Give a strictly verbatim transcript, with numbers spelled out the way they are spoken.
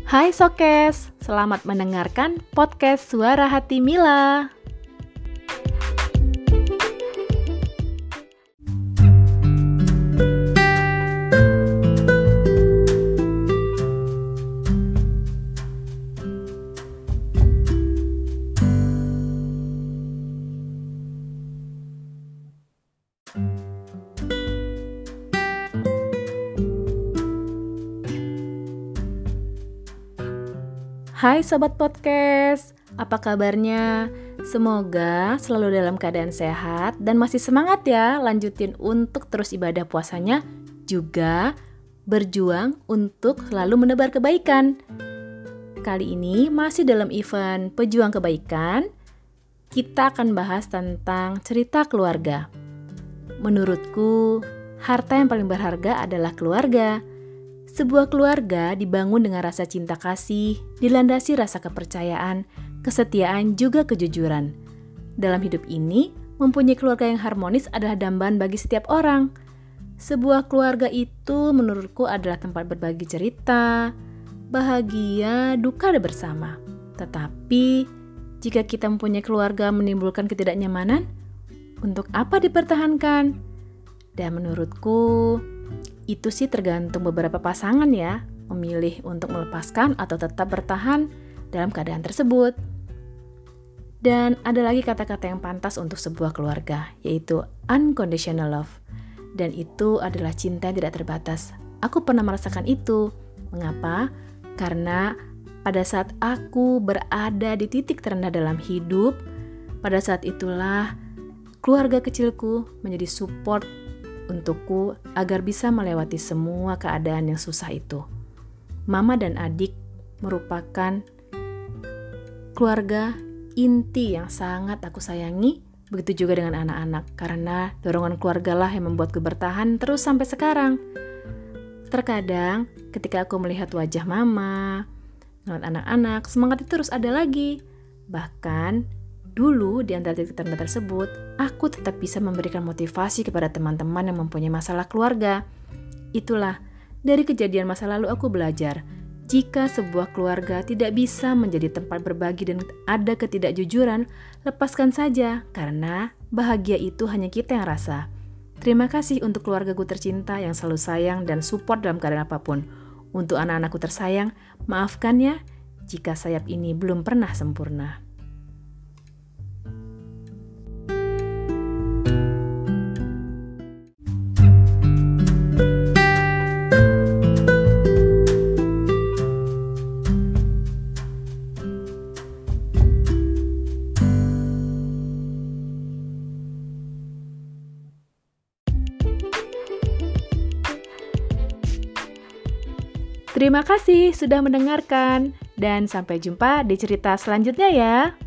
Hai Sokes, selamat mendengarkan podcast Suara Hati Mila. Hai Sobat Podcast, apa kabarnya? Semoga selalu dalam keadaan sehat dan masih semangat ya lanjutin untuk terus ibadah puasanya, juga berjuang untuk selalu menebar kebaikan. Kali ini masih dalam event Pejuang Kebaikan, kita akan bahas tentang cerita keluarga. Menurutku, harta yang paling berharga adalah keluarga. Sebuah keluarga dibangun dengan rasa cinta kasih, dilandasi rasa kepercayaan, kesetiaan, juga kejujuran. Dalam hidup ini, mempunyai keluarga yang harmonis adalah dambaan bagi setiap orang. Sebuah keluarga itu menurutku adalah tempat berbagi cerita, bahagia, duka ada bersama. Tetapi, jika kita mempunyai keluarga menimbulkan ketidaknyamanan, untuk apa dipertahankan? Dan menurutku, itu sih tergantung beberapa pasangan ya, memilih untuk melepaskan atau tetap bertahan dalam keadaan tersebut. Dan ada lagi kata-kata yang pantas untuk sebuah keluarga, yaitu unconditional love. Dan itu adalah cinta yang tidak terbatas. Aku pernah merasakan itu. Mengapa? Karena pada saat aku berada di titik terendah dalam hidup, pada saat itulah keluarga kecilku menjadi support untukku agar bisa melewati semua keadaan yang susah itu. Mama dan adik merupakan keluarga inti yang sangat aku sayangi, begitu juga dengan anak-anak, karena dorongan keluarga lah yang membuatku bertahan terus sampai sekarang. Terkadang ketika aku melihat wajah mama, melihat anak-anak, semangat itu terus ada lagi. Bahkan dulu di antara titik terendah tersebut, aku tetap bisa memberikan motivasi kepada teman-teman yang mempunyai masalah keluarga. Itulah, dari kejadian masa lalu aku belajar, jika sebuah keluarga tidak bisa menjadi tempat berbagi dan ada ketidakjujuran, lepaskan saja, karena bahagia itu hanya kita yang rasa. Terima kasih untuk keluargaku tercinta yang selalu sayang dan support dalam keadaan apapun. Untuk anak-anakku tersayang, maafkan ya jika sayap ini belum pernah sempurna. Terima kasih sudah mendengarkan dan sampai jumpa di cerita selanjutnya ya.